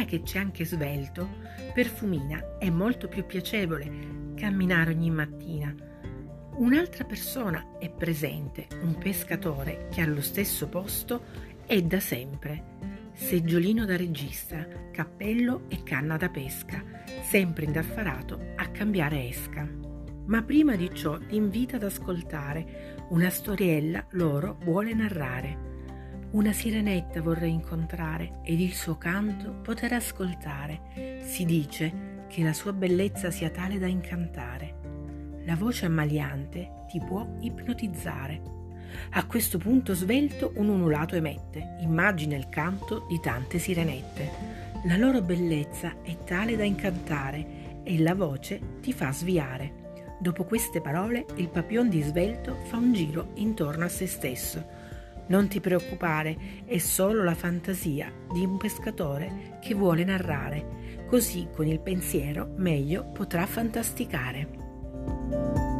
ora che c'è anche Svelto, per Fumina è molto più piacevole camminare ogni mattina. Un'altra persona è presente, un pescatore che allo stesso posto è da sempre. Seggiolino da regista, cappello e canna da pesca, sempre indaffarato a cambiare esca. Ma prima di ciò ti invita ad ascoltare una storiella loro vuole narrare. Una sirenetta vorrei incontrare ed il suo canto poter ascoltare. Si dice che la sua bellezza sia tale da incantare. La voce ammaliante ti può ipnotizzare. A questo punto Svelto un ululato emette, immagina il canto di tante sirenette. La loro bellezza è tale da incantare e la voce ti fa sviare. Dopo queste parole il papillon di Svelto fa un giro intorno a se stesso. Non ti preoccupare, è solo la fantasia di un pescatore che vuole narrare, così con il pensiero meglio potrà fantasticare.